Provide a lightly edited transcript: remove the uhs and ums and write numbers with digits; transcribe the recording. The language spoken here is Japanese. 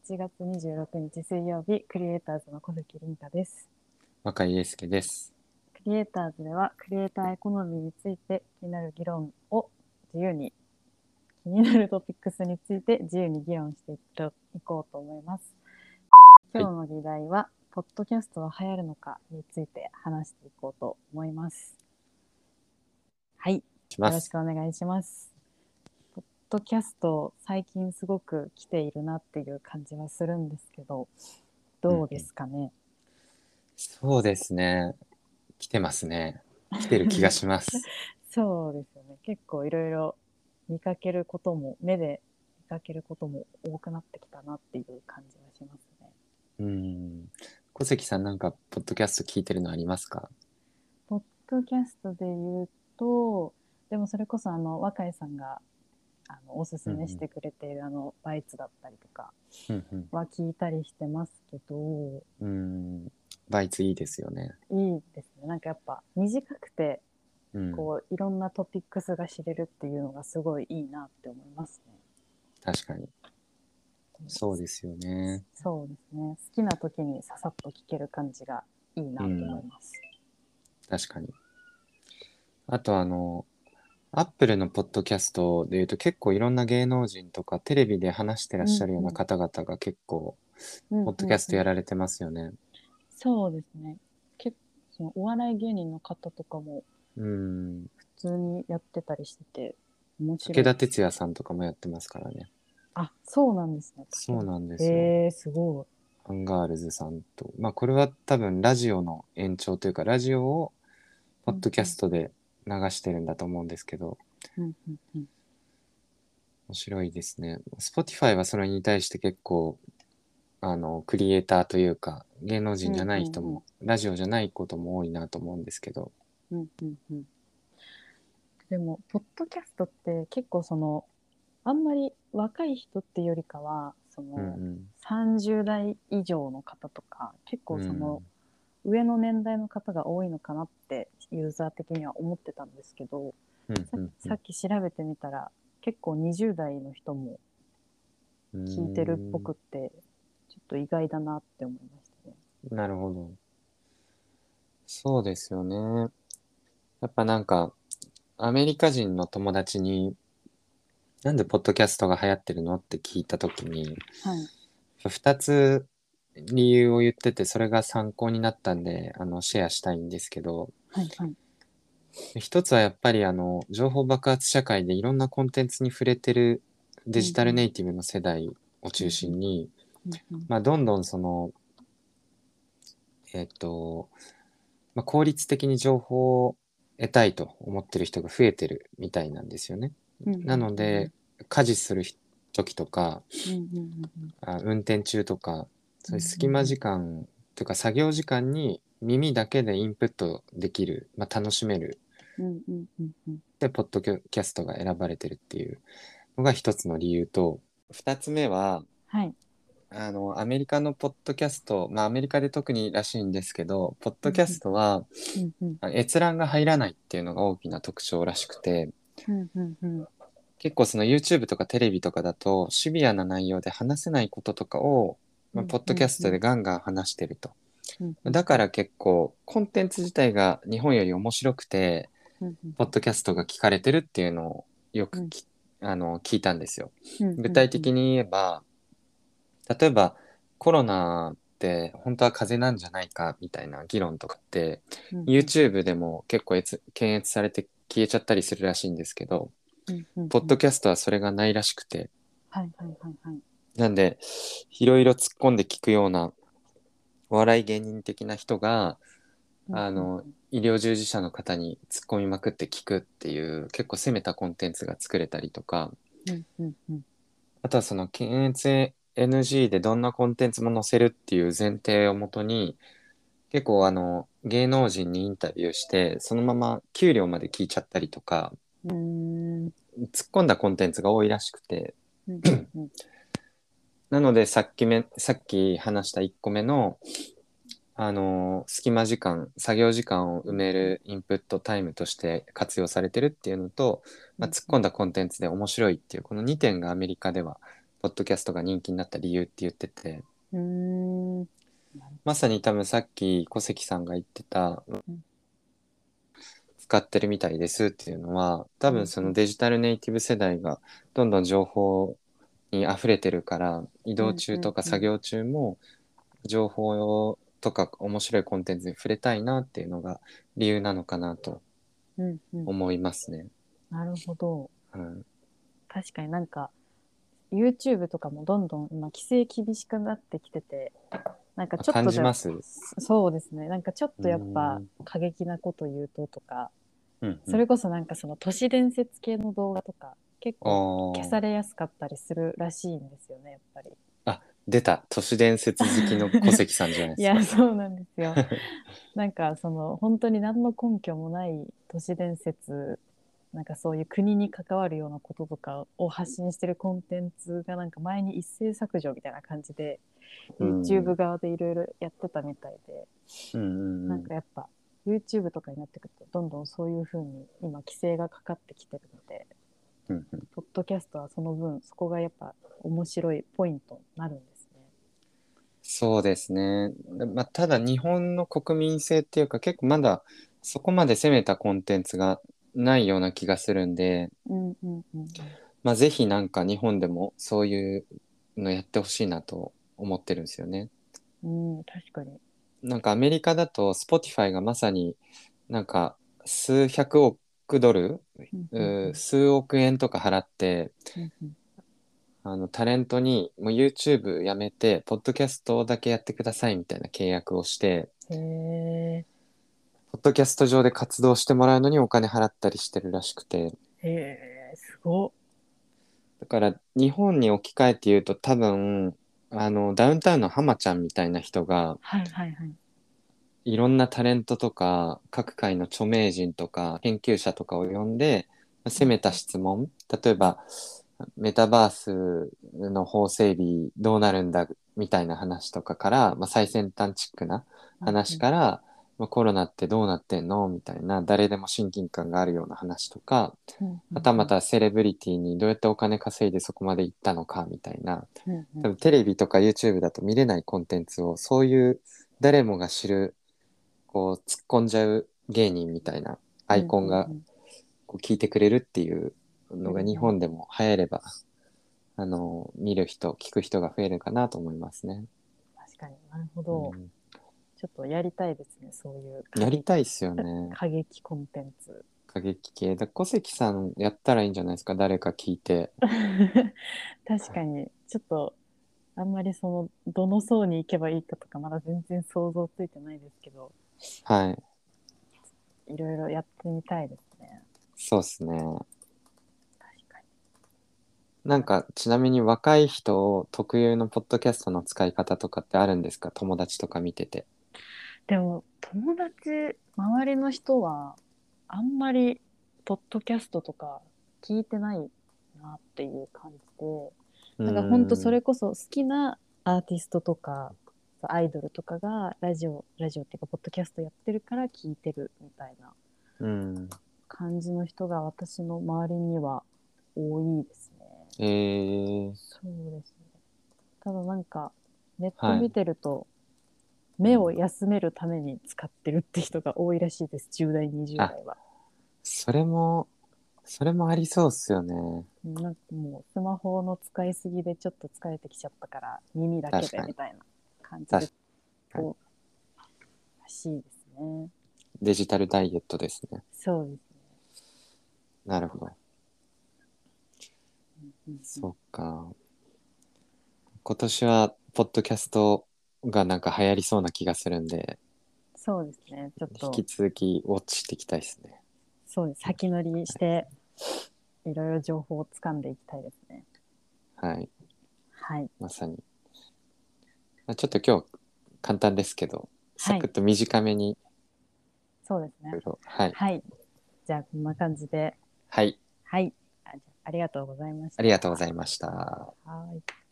7月26日水曜日、クリエイターズの小関凛太です。 若井英介です。 クリエイターズではクリエイターエコノミーについて気になる議論を自由に、気になるトピックスについて自由に議論していこうと思います。今日の議題は、ポッドキャストは流行るのかについて話していこうと思います。はい、よろしくお願いします。ポッドキャスト最近すごく来ているなっていう感じはするんですけど、どうですかね。 そうですね。来てますね。来てる気がします。 そうですよね。結構いろいろ見かけることも、目で見かけることも多くなってきたなっていう感じがしますね。 小関さんなんかポッドキャスト聞いてるのありますか？ ポッドキャストで言うと、でもそれこそ若井さんがおすすめしてくれているバイツだったりとかうんうんは聞いたりしてますけど、 うん。バイツいいですよね。 いいですね。なんかやっぱ短くてうん。 こういろんなトピックスが知れるっていうのがすごいいいなって思いますね。 確かに。そうですよね。 そうですね。好きな時にささっと聞ける感じがいいなと思います。 確かに。あとアップルのポッドキャストでいうと結構いろんな芸能人とかテレビで話してらっうんしゃるよううんな方々が結構うんポッドキャストやうんうん。 られてますよね。 そうですね。結構そのお笑い芸人の方とかもうん。 普通にやってたりしてて面白武田いです。 鉄矢さんとかもやってますからね。 あ、そうなんですね。 そうなんですよ。 へえ、すごアンガールズさんと。まあこれは多分ラジオの延長というか、ラジオをい。 ポッドキャストで流してるんだと思うんですけど、 うんうんうん。 面白いですね。Spotify はそれに対して結構、クリエイターというか、芸能うん人じゃない人うんも、ラジオじゃないことも多いなと思うんですけど、 うんうんうん。でもポッドキャストって結構あんまり若い人っていうよりかはうん 30代以上の方とか結構うん。 上の年代の方が多いのかなってユーザー的には思ってたんですけど、さっき調べてみたら結構20代の人もう聞いてるっぽん。 くってちょっと意外だなって思いましたね。 なるほど。そうですよね。やっぱなんか、アメリカ人の友達に、なんでポッドキャストが流行ってるのって聞いたときに、 はい 2つ理由を言ってて、それが参考になったんで、シェアしたいんですけど、 はいはい一つはやっぱり情報爆発社会でいろんなコンテンツに触れてるデジタルうんうんネイティブの世代を中うんうん心に、 うんうんまあ、どんどんまあ、効率的に情報を得たいと思ってる人が増えてるみたいなんですよね。 うんうなのんで、家事する時とか、 うんうんうん運転中とか、 うんそういう隙間時間とか作業時間に耳だけでインプットできる、まあ、楽しめる。 うんうんうんうんで、ポッドキャストが選ばれてるっていうのが一つの理由と、二つ目は、 はいアメリカのポッドキャスト、まあアメリカで特にらしいんですけど、ポッドキャうんうんストはうんうん閲覧が入らないっていうのが大きな特徴らしくて、 うんうんうん結構その YouTube とかテレビとかだとシビアな内容で話せないこととかを、まあ、 うんポッドキャストでガンガン話してると。 うんだから結構コンテンツ自体が日本より面白くて、 うんうんポッドキャストが聞かれてるっていうのをようんく聞いたんですよ。 うん具うんうん体的に言えば、例えばコロナって本当は風邪なんじゃないかみたいな議論とかってうんうん YouTube でも結構検閲されて消えちゃったりするらしいんですけど、 うんうんうん。 ポッドキャストはそれがないらしくて、 はいはいはいはい。 なんでいろいろ突っ込んで聞くようなお笑い芸人的な人がうんうん医療従事者の方に突っ込みまくって聞くっていう結構攻めたコンテンツが作れたりとか、 うんうんうんあとはその検閲 NG でどんなコンテンツも載せるっていう前提をもとに結構芸能人にインタビューしてそのまま給料まで聞いちゃったりとかうん突っ込んだコンテンツが多いらしくて、 うんうんうんなのでさっき話した1個目の隙間時間作業時間を埋めるインプットタイムとして活用されてるっていうのと、まあ、突っ込んだコンテンツで面白いっていうこの2点がアメリカではポッドキャストが人気になった理由って言ってて、 うーん。なるまさに多分さっき小関さんが言ってた、 ん使ってるみたいですっていうのは、多分そのデジタルネイティブ世代がどんどん情報に溢れてるから、移動中とか作業中も情報とか面白いコンテンツに触れたいなっていうのが理由なのかなとうんうん。 思いますね。 なるほど。 うん、 確かになんか YouTube とかもどんどん今規制厳しくなってきてて、なんかあ、 ちょっとでも、 感じます。 そうですね。なんかちょっうとやっぱん、 過激なこと言うととか、 うんうん。 それこそなんかその都市伝説系の動画とか結あ構消さー、 れやすかったりするらしいんですよね、やっぱり。 あ、出た。都市伝説好きの小関さんじゃないでいや、 すか。 そうなんですよ。なんかその本当に何の根拠もない都市伝説、なんかそういう国に関わるようなこととかを発信してるコンテンツがなんか前に一斉削除みたいな感じでうん、う YouTube ん側でいろいろやってたみたいで、 うんなうん。 んかやっぱ YouTube とかになってくるとどんどんそういう風に今規制がかかってきてるので、 うんうん。 ポッドキャストはその分そこがやっぱ面白いポイントになるんですね。 そうですね。まあ、ただ日本の国民性っていうか結構まだそこまで攻めたコンテンツがないような気がするんで、 うんうんうんまあ、ぜひなんか日本でもそういうのやってほしいなと思ってるんですよね。 うん、うん、確かに。 なんかアメリカだと Spotify がまさになんか数百億ドル、 うんうんうん数億円とか払ってうんうんタレントにもう YouTube やめてポッドキャストだけやってくださいみたいな契約をして、 へえ、 ポッドキャスト上で活動してもらうのにお金払ったりしてるらしくて、 へえ、すごっ。 だから日本に置き換えて言うと多分ダウンタウンの浜ちゃんみたいな人がはいはいはい。 いろんなタレントとか各界の著名人とか研究者とかを呼んでうん攻めた質問、例えばメタバースの法整備どうなるんだみたいな話とかから、まあ、最先端チックなうんうん話から、まあ、コロナってどうなってんのみたいな誰でも親近感があるような話とか、 うんうんうんはたまたセレブリティにどうやってお金稼いでそこまで行ったのかみたいな、 うんうん多分テレビとか YouTube だと見れないコンテンツをそういう誰もが知るこう突っ込んじゃう芸人みたいなアうんイコンがうんうんこう聞いてくれるっていううんのが日うん、 本でも流行れば見る人聞く人が増えるかなと思いますね。 確かになるほど。 うん、 ちょっとやりたいですね、そういうやりたいっすよね。 過激コンテンツ。 過激系だ小関さんやったらいいんじゃないですか、誰か聞いて。 確かにちょっとあんまりそのどの層に行けばいいかとかまだ全然想像ついてないですけど、 はい、 いろいろやってみたいですね。 そうっすね。 確かに。 なんかちなみに若い人特有のポッドキャストの使い方とかってあるんですか、友達とか見てて。 でも友達、周りの人はあんまりポッドキャストとか聞いてないなっていう感じで、 うーなんか本当そん、 れこそ好きなアーティストとかアイドルとかがラジオっていうかポッドキャストやってるから聞いてるみたいなうん、 感じの人が私の周りには多いですね。 ー、 そうですね。ただなんかネットはい。 見てると目を休めるために使ってるって人が多いらしいです。10代、20 あ、 代は。 それも、それもありそうっすよね。 なんかもうスマホの使いすぎでちょっと疲れてきちゃったから耳だけ確かに。 でみたいな感じで確かに。 こうらしいですね。 デジタルダイエットですね。 そうですね。 なるほど。 うんうんうん、 そっか。今年は、ポッドキャストがなんか流行りそうな気がするんで、 そうですね。ちょっと引き続きウォッチしていきたいですね。 そうです。先乗りしていろいろ情報をつかんでいきたいですね。 はい。 はい。 まさに。まあ、ちょっと今日、簡単ですけど、サはい。 クッと短めに、いそうですね。 ろいろ。はい。 はい。じゃあこんな感じで。 はい。 はい。じゃあありがとうございましありがとうごた。 ざいました。 はい。